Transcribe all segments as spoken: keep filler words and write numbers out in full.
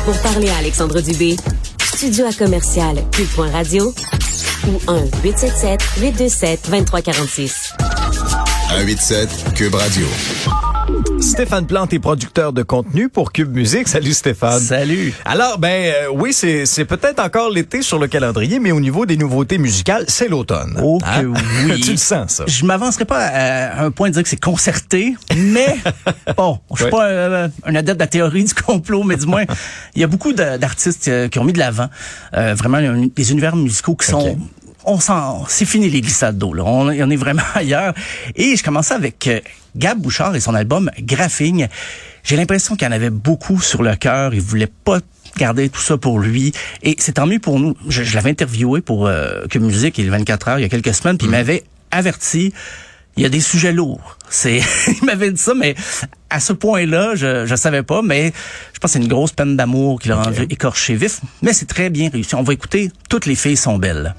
Pour parler à Alexandre Dubé, studio à commercial cube point radio ou un huit sept sept huit deux sept deux trois quatre six. un huit sept Cube Radio. Stéphane Plante est producteur de contenu pour Cube Musique. Salut Stéphane. Salut. Alors, ben euh, oui, c'est c'est peut-être encore l'été sur le calendrier, mais au niveau des nouveautés musicales, c'est l'automne. Oh que Hein? oui. Tu le sens, ça? Je m'avancerai pas à un point de dire que c'est concerté, mais bon, je suis Oui. pas euh, un adepte de la théorie du complot, mais du moins, il y a beaucoup de- d'artistes euh, qui ont mis de l'avant euh, vraiment un- des univers musicaux qui sont... Ok. On sent, c'est fini les glissades d'eau, là. On, on est vraiment ailleurs. Et je commençais avec euh, Gab Bouchard et son album Graphing. J'ai l'impression qu'il y en avait beaucoup sur le cœur. Il voulait pas garder tout ça pour lui. Et c'est tant mieux pour nous. Je, je l'avais interviewé pour euh, Cube Musique il y a vingt-quatre heures, il y a quelques semaines, puis il m'avait averti. Il y a des sujets lourds. C'est, il m'avait dit ça, mais à ce point-là, je, je savais pas, mais je pense que c'est une grosse peine d'amour qui l'a rendu écorché vif. Mais c'est très bien réussi. On va écouter Toutes les filles sont belles.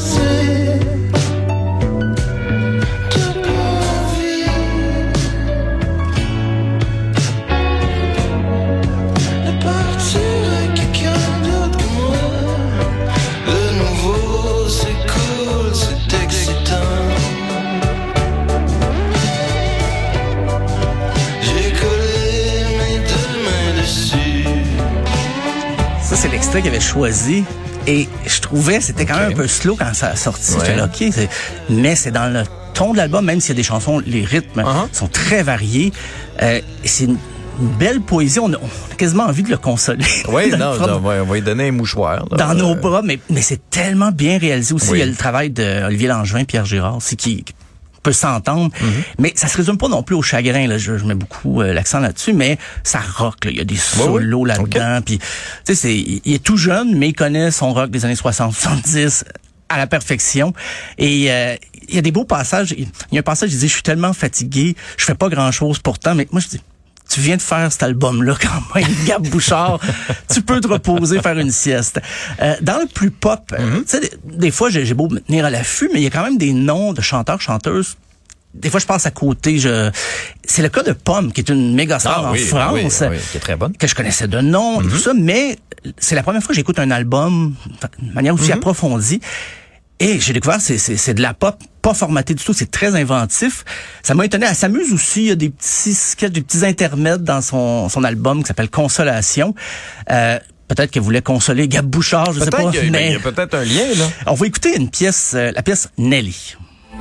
Ça, c'est l'extrait qu'il avait choisi. Et je trouvais, c'était quand même un peu slow quand ça a sorti. Ouais. J'étais là, OK, c'est- mais c'est dans le ton de l'album, même s'il y a des chansons, les rythmes Uh-huh. sont très variés. Euh, c'est une, une belle poésie. On a, on a quasiment envie de le consoler. Oui, Dans non, le fond, on va, on va lui donner un mouchoir. là. dans nos Euh, bras, mais, mais c'est tellement bien réalisé aussi. Oui. Il y a le travail d'Olivier Langevin, Pierre Girard aussi, qui, qui peut s'entendre. Mais ça se résume pas non plus au chagrin. Là. Je, je mets beaucoup euh, l'accent là-dessus, mais ça rock. Là. Il y a des solos oui. là-dedans. Puis, tu sais, c'est, il est tout jeune, mais il connaît son rock des années soixante soixante-dix à la perfection. Et euh, il y a des beaux passages. Il y a un passage, il dit, je suis tellement fatigué, je fais pas grand-chose pourtant. Mais moi, je dis, tu viens de faire cet album-là quand même, Gab Bouchard. Tu peux te reposer, faire une sieste. Euh, dans le plus pop, euh, tu sais, des, des fois, j'ai j'ai beau me tenir à l'affût, mais il y a quand même des noms de chanteurs, chanteuses. Des fois, je passe à côté. Je... C'est le cas de Pomme, qui est une méga star Ah en oui, France, oui, oui, qui est très bonne. que je connaissais de nom et tout ça, mais c'est la première fois que j'écoute un album de manière aussi approfondie. Et j'ai découvert, c'est, c'est, c'est de la pop, pas formaté du tout, c'est très inventif. Ça m'a étonné. Elle s'amuse aussi, il y a des petits sketchs, des petits intermèdes dans son, son album qui s'appelle Consolation. Euh, peut-être qu'elle voulait consoler Gab Bouchard, je sais Peut-être pas. qu'il y a, mais il y a peut-être un lien, là. on va écouter une pièce, euh, la pièce Nelly.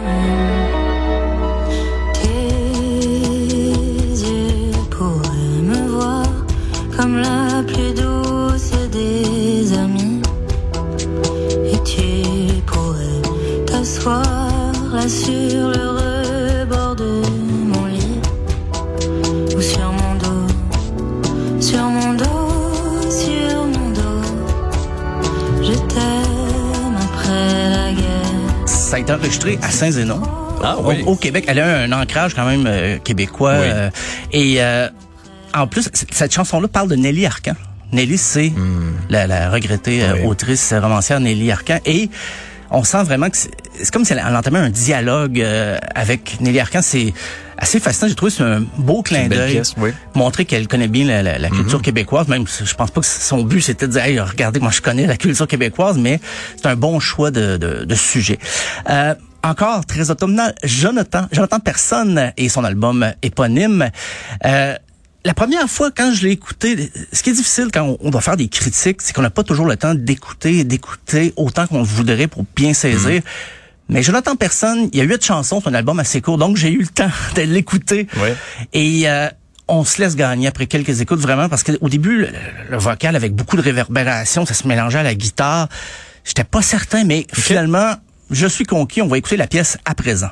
Tes yeux pourraient me voir comme la plus douce des amies. Et tu pourrais t'asseoir là sur le rebord de mon lit. Ou sur mon dos, sur mon dos, sur mon dos. Je t'aime après la guerre. Ça a été enregistré à Saint-Zénon. Ah au, oui. au Québec. Elle a un ancrage quand même euh, québécois. Oui. euh, et euh, en plus, c- cette chanson-là parle de Nelly Arcan. Nelly, c'est la, la regrettée euh, Hmm. Oui. autrice euh, romancière Nelly Arcan. Et on sent vraiment que c'est, c'est comme si elle, elle entamait un dialogue euh, avec Nelly Arcan. C'est assez fascinant. J'ai trouvé que c'est un beau clin une belle d'œil. pièce, oui. Montrer qu'elle connaît bien la, la, la culture québécoise. Même, je pense pas que son but c'était de dire, hey, regardez, moi je connais la culture québécoise, mais c'est un bon choix de, de, de sujet. Euh, encore très automnal, Jonathan, Jonathan Personne et son album éponyme. Euh, la première fois quand je l'ai écouté, ce qui est difficile quand on, on doit faire des critiques, c'est qu'on n'a pas toujours le temps d'écouter et d'écouter autant qu'on le voudrait pour bien saisir. Mais Jonathan Personne, il y a huit chansons, c'est un album assez court, donc j'ai eu le temps de l'écouter. Oui. Et euh, on se laisse gagner après quelques écoutes, vraiment, parce qu'au début, le, le vocal avec beaucoup de réverbération, ça se mélangeait à la guitare. J'étais pas certain, mais finalement, je suis conquis. On va écouter la pièce à présent.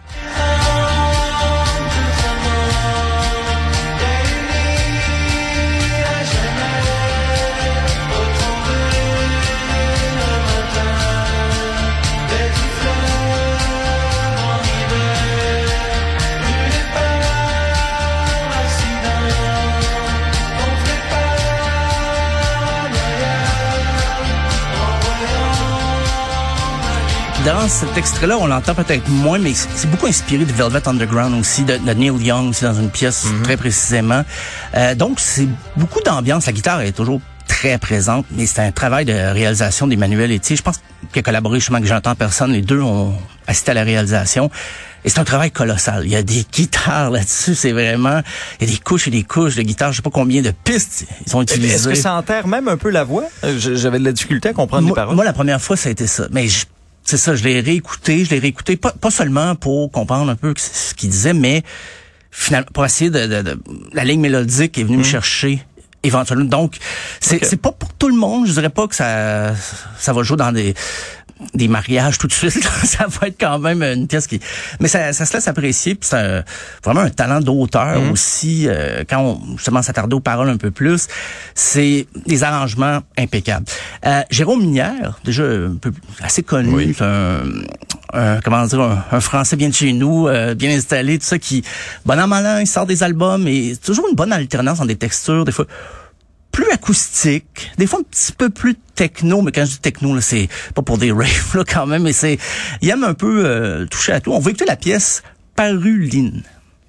Dans cet extrait-là, on l'entend peut-être moins, mais c'est beaucoup inspiré de Velvet Underground aussi, de, de Neil Young aussi dans une pièce Mm-hmm. très précisément. Euh, donc, c'est beaucoup d'ambiance. La guitare est toujours très très présente, mais c'est un travail de réalisation d'Emmanuel Etier. Je pense qu'il a collaboré justement avec Jonathan Personne. Les deux ont assisté à la réalisation. Et c'est un travail colossal. Il y a des guitares là-dessus, c'est vraiment... Il y a des couches et des couches de guitares. Je sais pas combien de pistes ils ont utilisées. Est-ce que ça enterre même un peu la voix? J'avais de la difficulté à comprendre moi, les paroles. Moi, la première fois, ça a été ça. Mais je, c'est ça, je l'ai réécouté. Je l'ai réécouté pas, pas seulement pour comprendre un peu ce qu'il disait, mais finalement pour essayer de... de, de la ligne mélodique est venue mmh. me chercher éventuellement. Donc, c'est, okay. c'est pas pour tout le monde. Je dirais pas que ça, ça va jouer dans des... des mariages tout de suite, ça va être quand même une pièce qui... Mais ça, ça se laisse apprécier, puis c'est un, vraiment un talent d'auteur mmh. aussi. Euh, quand on justement s'attarde aux paroles un peu plus, c'est des arrangements impeccables. Euh, Jérôme Minière, déjà un peu assez connu, oui. c'est un, un, comment dire, un, un Français bien de chez nous, euh, bien installé, tout ça, qui, bon an, mal an, il sort des albums, et toujours une bonne alternance dans des textures, des fois... plus acoustique, des fois un petit peu plus techno, mais quand je dis techno, là, c'est pas pour des raves là quand même, mais c'est, il aime un peu euh, toucher à tout. On va écouter la pièce Paruline.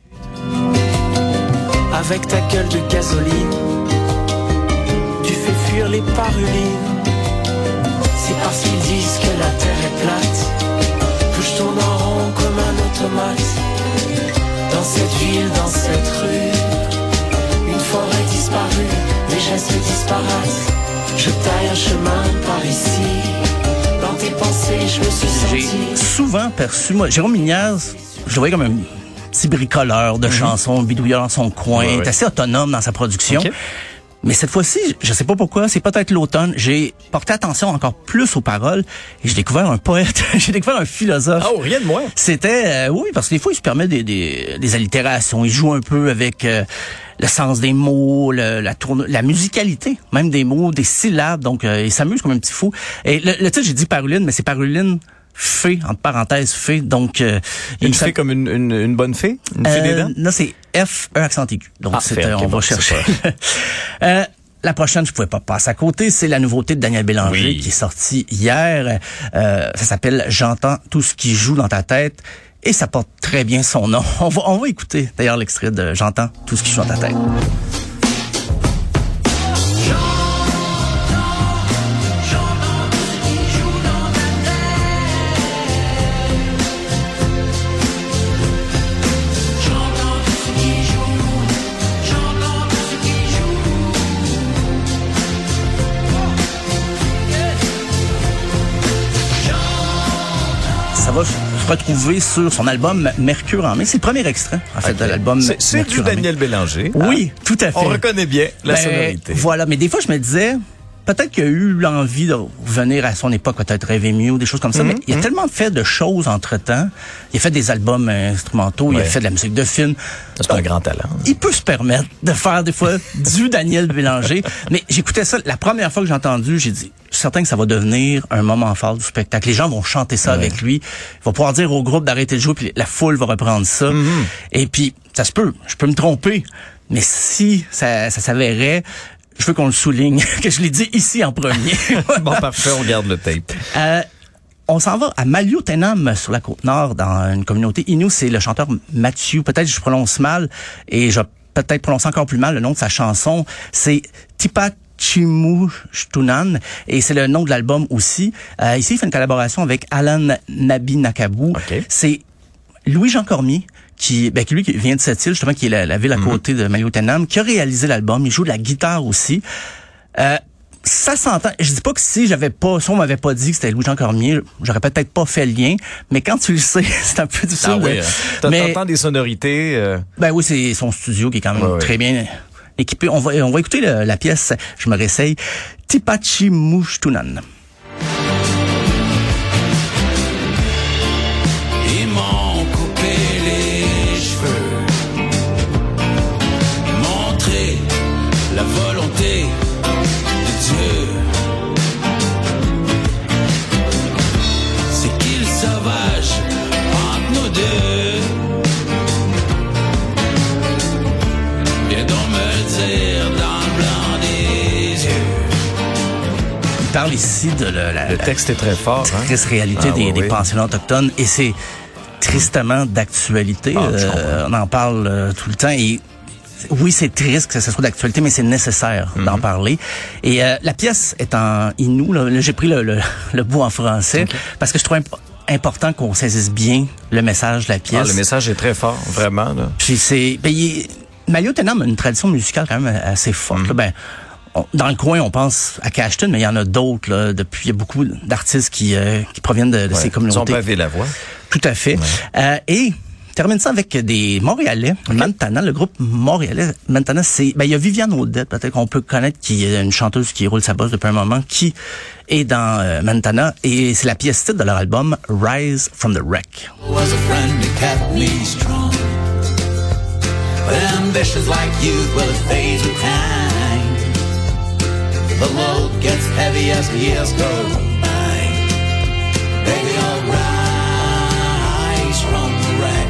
Avec ta gueule de gasoline, tu fais fuir les parulines. C'est parce qu'ils disent que la terre est plate que je tourne en rond comme un automate. Dans cette ville, dans cette rue, une forêt disparue. Les gestes disparates, je taille un chemin par ici. Dans tes pensées, je me suis senti. J'ai souvent perçu, moi, Jérôme Minière, je le voyais comme un petit bricoleur de mm-hmm. chansons, bidouilleur dans son coin, ouais, ouais. assez autonome dans sa production. Okay. Mais cette fois-ci, je sais pas pourquoi, c'est peut-être l'automne, j'ai porté attention encore plus aux paroles et j'ai découvert un poète, j'ai découvert un philosophe. Oh, rien de moins. C'était, euh, oui, parce que des fois, il se permet des, des, des allitérations, il joue un peu avec euh, le sens des mots, le, la tourne, la musicalité, même des mots, des syllabes, donc euh, il s'amuse comme un petit fou. Et le, le titre, j'ai dit Paruline, mais c'est Paruline fée, entre parenthèses fée, donc... Euh, une fée ça... comme une, une, une bonne fée? Une fée euh, des dents? Non, c'est F, E accent aigu. Donc, ah, c'est, fait, euh, okay, on bon, va chercher. euh, la prochaine, je pouvais pas passer à côté, c'est la nouveauté de Daniel Bélanger oui. qui est sortie hier. Euh, ça s'appelle « J'entends tout ce qui joue dans ta tête ». Et ça porte très bien son nom. On va, on va écouter d'ailleurs l'extrait de « J'entends tout ce qui joue dans ta tête ». Ça va se retrouver sur son album Mercure en mai. C'est le premier extrait, en fait, okay. de l'album c'est, c'est Mercure du Daniel Bélanger. Oui, hein? Tout à fait. On reconnaît bien la ben, sonorité. Voilà, mais des fois, je me disais, peut-être qu'il a eu l'envie de revenir à son époque, peut-être rêver mieux ou des choses comme ça, mm-hmm. mais il a tellement fait de choses entre-temps. Il a fait des albums instrumentaux, ouais. il a fait de la musique de film. C'est Donc, un grand talent. Il peut se permettre de faire des fois du Daniel Bélanger. Mais j'écoutais ça, la première fois que j'ai entendu, j'ai dit, je suis certain que ça va devenir un moment fort du spectacle. Les gens vont chanter ça ouais. avec lui. Il va pouvoir dire au groupe d'arrêter de jouer, puis la foule va reprendre ça. Mm-hmm. Et puis, ça se peut, je peux me tromper, mais si ça, ça s'avérait, je veux qu'on le souligne, que je l'ai dit ici en premier. Bon, parfait, on garde le tape. Euh, on s'en va à Maliotenam, sur la Côte-Nord, dans une communauté Innu. C'est le chanteur Mathieu. Peut-être que je prononce mal, et je vais peut-être prononcer encore plus mal le nom de sa chanson. C'est Tipachimushtunan, et c'est le nom de l'album aussi. Euh, ici, il fait une collaboration avec Alan Nabi Nakabu. Okay. C'est Louis-Jean Cormier, qui, ben, qui lui, qui vient de cette île, justement, qui est la, la ville à côté mm-hmm. de Maliotenam, qui a réalisé l'album. Il joue de la guitare aussi. Euh, ça s'entend. Je dis pas que si j'avais pas, si on m'avait pas dit que c'était Louis-Jean Cormier, j'aurais peut-être pas fait le lien. Mais quand tu le sais, c'est un peu difficile. Ah oui, hein. Mais, t'entends des sonorités. Euh... Ben oui, c'est son studio qui est quand même ouais, très ouais. bien équipé. On va, on va écouter le, la pièce. Je me réessaye. Tipachimushtunan. Il parle ici de le, la, le texte est très fort, la triste hein? réalité ah, des, oui, des oui. pensionnats autochtones, et c'est tristement d'actualité. Ah, euh, on en parle euh, tout le temps, et oui, c'est triste que ce soit d'actualité, mais c'est nécessaire mm-hmm. d'en parler. Et euh, la pièce est en inou. Là, là j'ai pris le, le, le bout en français okay. parce que je trouve imp- important qu'on saisisse bien le message de la pièce. Ah, le message est très fort, vraiment. Là. Puis c'est... Ben, il, Mario Tenam a une tradition musicale quand même assez forte. Mm-hmm. Là, ben, on, dans le coin, on pense à Cashton, mais il y en a d'autres. Là, depuis, il y a beaucoup d'artistes qui, euh, qui proviennent de, de ouais, ces communautés. Ils ont pavé la voie. Tout à fait. Ouais. Euh, et... termine ça avec des Montréalais, okay. Montana, le groupe Montréalais. Montana, c'est, ben, il y a Viviane Audette, peut-être qu'on peut connaître, qui est une chanteuse qui roule sa bosse depuis un moment, qui est dans euh, Montana, et c'est la pièce titre de leur album Rise from the Wreck. Was a friend who kept me strong. But ambitions like youth will fade with time. The load gets heavy as the years go by. Baby, I'll rise from the wreck.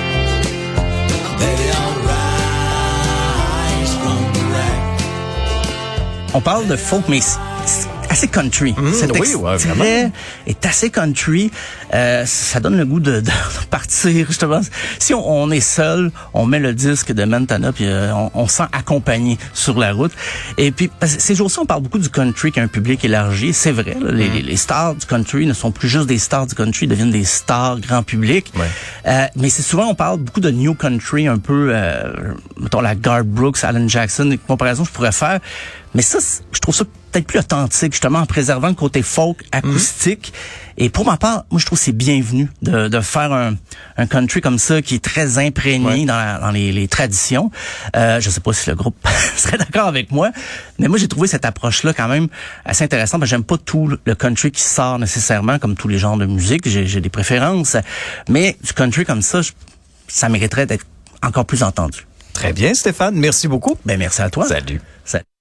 On parle de folk, mais c'est assez country. Mmh, Cet oui, extrait ouais, vraiment. est assez country. Euh, ça donne le goût de, de partir, justement. Si on, on est seul, on met le disque de Montana, puis euh, on, on se sent accompagné sur la route. Et puis, parce que ces jours-ci, on parle beaucoup du country qui a un public élargi. C'est vrai, là, les, mmh. les stars du country ne sont plus juste des stars du country, ils deviennent des stars grand public. Ouais. Euh, mais c'est souvent, on parle beaucoup de new country, un peu, euh, mettons, la Garth Brooks, Alan Jackson, une comparaison que je pourrais faire. Mais ça, je trouve ça peut-être plus authentique, justement, en préservant le côté folk, acoustique. Mmh. Et pour ma part, moi, je trouve que c'est bienvenu de, de faire un, un country comme ça, qui est très imprégné ouais. dans, la, dans les, les traditions. Euh, je sais pas si le groupe serait d'accord avec moi, mais moi, j'ai trouvé cette approche-là quand même assez intéressante. Ben, j'aime pas tout le country qui sort nécessairement, comme tous les genres de musique. J'ai, j'ai des préférences. Mais du country comme ça, je, ça mériterait d'être encore plus entendu. Très bien, Stéphane. Merci beaucoup. Ben, merci à toi. Salut. Salut.